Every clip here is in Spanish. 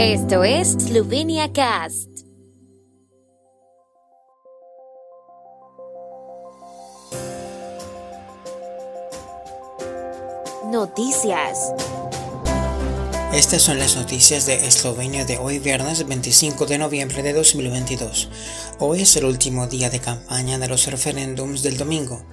Esto es Slovenia Cast. Noticias. Estas son las noticias de Eslovenia de hoy, viernes 25 de noviembre de 2022. Hoy es el último día de campaña de los referéndums del domingo.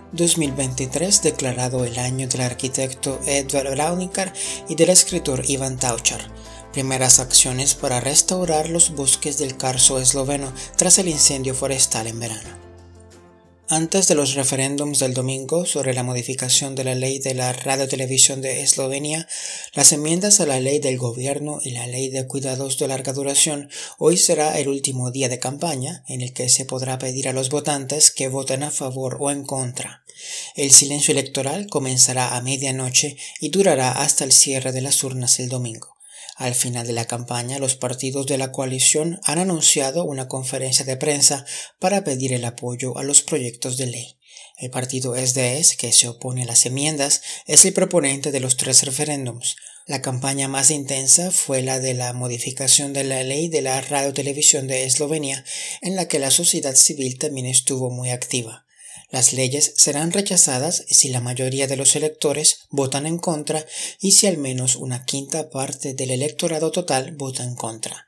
2023 declarado el año del arquitecto Edvard Ravnikar y del escritor Ivan Taučar. Primeras acciones para restaurar los bosques del Carso esloveno tras el incendio forestal en verano. Antes de los referéndums del domingo sobre la modificación de la ley de la radiotelevisión de Eslovenia, las enmiendas a la ley del gobierno y la ley de cuidados de larga duración, hoy será el último día de campaña en el que se podrá pedir a los votantes que voten a favor o en contra. El silencio electoral comenzará a medianoche y durará hasta el cierre de las urnas el domingo. Al final de la campaña, los partidos de la coalición han anunciado una conferencia de prensa para pedir el apoyo a los proyectos de ley. El partido SDS, que se opone a las enmiendas, es el proponente de los 3 referéndums. La campaña más intensa fue la de la modificación de la ley de la radiotelevisión de Eslovenia, en la que la sociedad civil también estuvo muy activa. Las leyes serán rechazadas si la mayoría de los electores votan en contra y si al menos una quinta parte del electorado total vota en contra.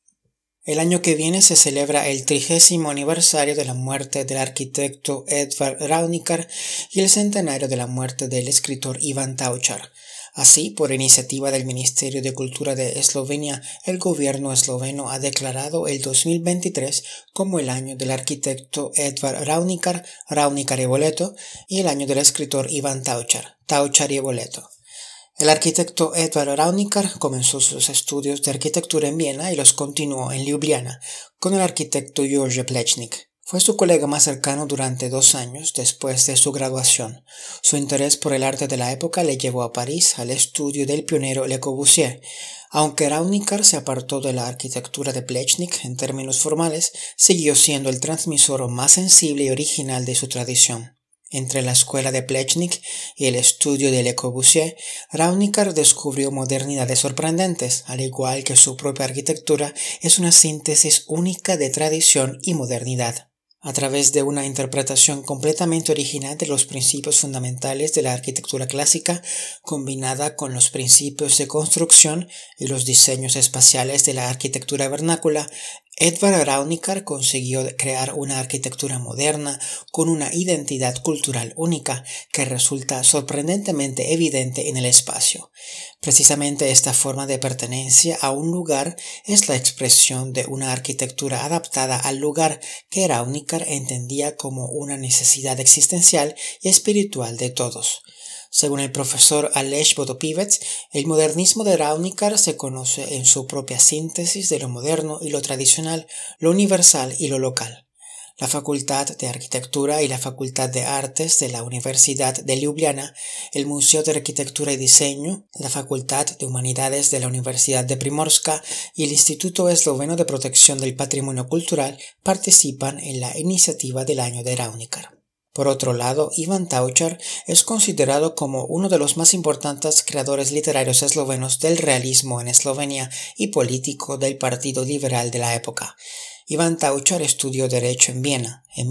El año que viene se celebra el 30º aniversario de la muerte del arquitecto Edvard Ravnikar y el centenario de la muerte del escritor Ivan Taučar. Así, por iniciativa del Ministerio de Cultura de Eslovenia, el gobierno esloveno ha declarado el 2023 como el año del arquitecto Edvard Ravnikar, Ravnikar je leto, y el año del escritor Ivan Taučar, Taučar je leto. El arquitecto Edvard Ravnikar comenzó sus estudios de arquitectura en Viena y los continuó en Ljubljana con el arquitecto Jože Plečnik. Fue su colega más cercano durante 2 años después de su graduación. Su interés por el arte de la época le llevó a París al estudio del pionero Le Corbusier. Aunque Ravnikar se apartó de la arquitectura de Plečnik en términos formales, siguió siendo el transmisor más sensible y original de su tradición. Entre la escuela de Plečnik y el estudio de Le Corbusier, Ravnikar descubrió modernidades sorprendentes, al igual que su propia arquitectura es una síntesis única de tradición y modernidad. A través de una interpretación completamente original de los principios fundamentales de la arquitectura clásica, combinada con los principios de construcción y los diseños espaciales de la arquitectura vernácula, Edvard Ravnikar consiguió crear una arquitectura moderna con una identidad cultural única que resulta sorprendentemente evidente en el espacio. Precisamente esta forma de pertenencia a un lugar es la expresión de una arquitectura adaptada al lugar que Ravnikar entendía como una necesidad existencial y espiritual de todos. Según el profesor Aleš Vodopivec, el modernismo de Ravnikar se conoce en su propia síntesis de lo moderno y lo tradicional, lo universal y lo local. La Facultad de Arquitectura y la Facultad de Artes de la Universidad de Ljubljana, el Museo de Arquitectura y Diseño, la Facultad de Humanidades de la Universidad de Primorska y el Instituto Esloveno de Protección del Patrimonio Cultural participan en la iniciativa del año de Ravnikar. Por otro lado, Ivan Taučar es considerado como uno de los más importantes creadores literarios eslovenos del realismo en Eslovenia y político del Partido Liberal de la época. Ivan Taučar estudió Derecho en Viena. En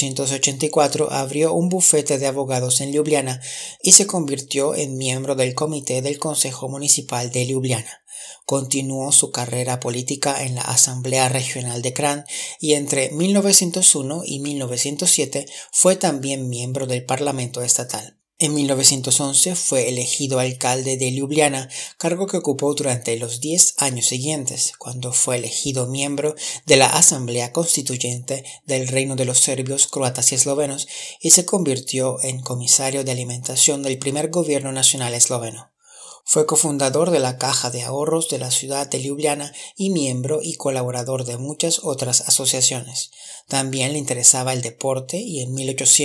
1884 abrió un bufete de abogados en Ljubljana y se convirtió en miembro del comité del Consejo Municipal de Ljubljana. Continuó su carrera política en la Asamblea Regional de Kranj y entre 1901 y 1907 fue también miembro del Parlamento Estatal. En 1911 fue elegido alcalde de Ljubljana, cargo que ocupó durante los 10 años siguientes, cuando fue elegido miembro de la Asamblea Constituyente del Reino de los Serbios, Croatas y Eslovenos y se convirtió en comisario de alimentación del primer gobierno nacional esloveno. Fue cofundador de la Caja de Ahorros de la ciudad de Ljubljana y miembro y colaborador de muchas otras asociaciones. También le interesaba el deporte y en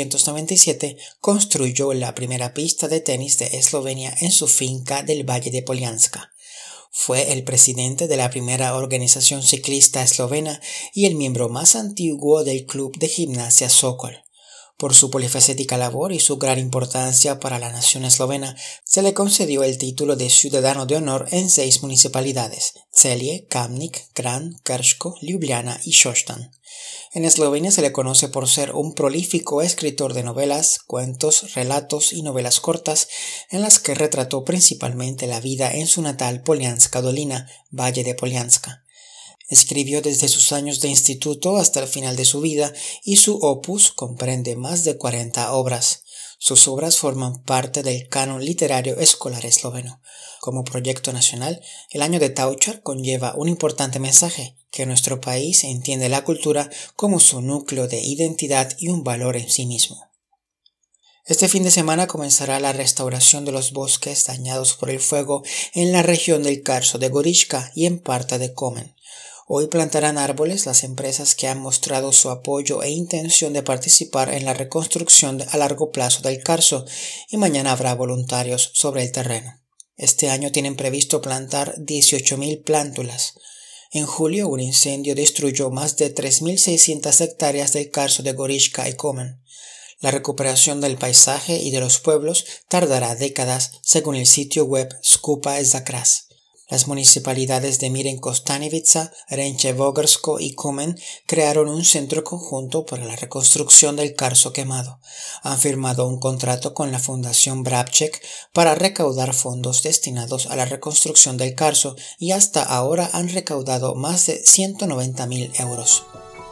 1897 construyó la primera pista de tenis de Eslovenia en su finca del Valle de Poljanska. Fue el presidente de la primera organización ciclista eslovena y el miembro más antiguo del club de gimnasia Sokol. Por su polifacética labor y su gran importancia para la nación eslovena, se le concedió el título de Ciudadano de Honor en 6 municipalidades: Celje, Kamnik, Kranj, Krško, Ljubljana y Šoštanj. En Eslovenia se le conoce por ser un prolífico escritor de novelas, cuentos, relatos y novelas cortas, en las que retrató principalmente la vida en su natal Poljanska Dolina, Valle de Poljanska. Escribió desde sus años de instituto hasta el final de su vida y su opus comprende más de 40 obras. Sus obras forman parte del canon literario escolar esloveno. Como proyecto nacional, el Año de Taučar conlleva un importante mensaje: que nuestro país entiende la cultura como su núcleo de identidad y un valor en sí mismo. Este fin de semana comenzará la restauración de los bosques dañados por el fuego en la región del Carso de Gorička y en parte de Komen. Hoy plantarán árboles las empresas que han mostrado su apoyo e intención de participar en la reconstrucción a largo plazo del Carso, y mañana habrá voluntarios sobre el terreno. Este año tienen previsto plantar 18.000 plántulas. En julio, un incendio destruyó más de 3.600 hectáreas del Carso de Gorička y Komen. La recuperación del paisaje y de los pueblos tardará décadas, según el sitio web Skupa za Kras. Las municipalidades de Miren-Kostanjevica, Renche-Vogrsko y Komen crearon un centro conjunto para la reconstrucción del Carso quemado. Han firmado un contrato con la Fundación Brabček para recaudar fondos destinados a la reconstrucción del Carso y hasta ahora han recaudado más de 190.000 euros.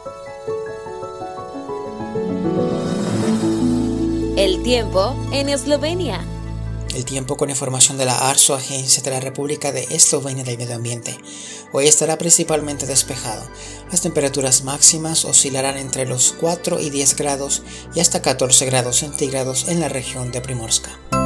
El tiempo en Eslovenia. El tiempo con información de la ARSO, Agencia de la República de Eslovenia del Medio Ambiente. Hoy estará principalmente despejado. Las temperaturas máximas oscilarán entre los 4 y 10 grados y hasta 14 grados centígrados en la región de Primorska.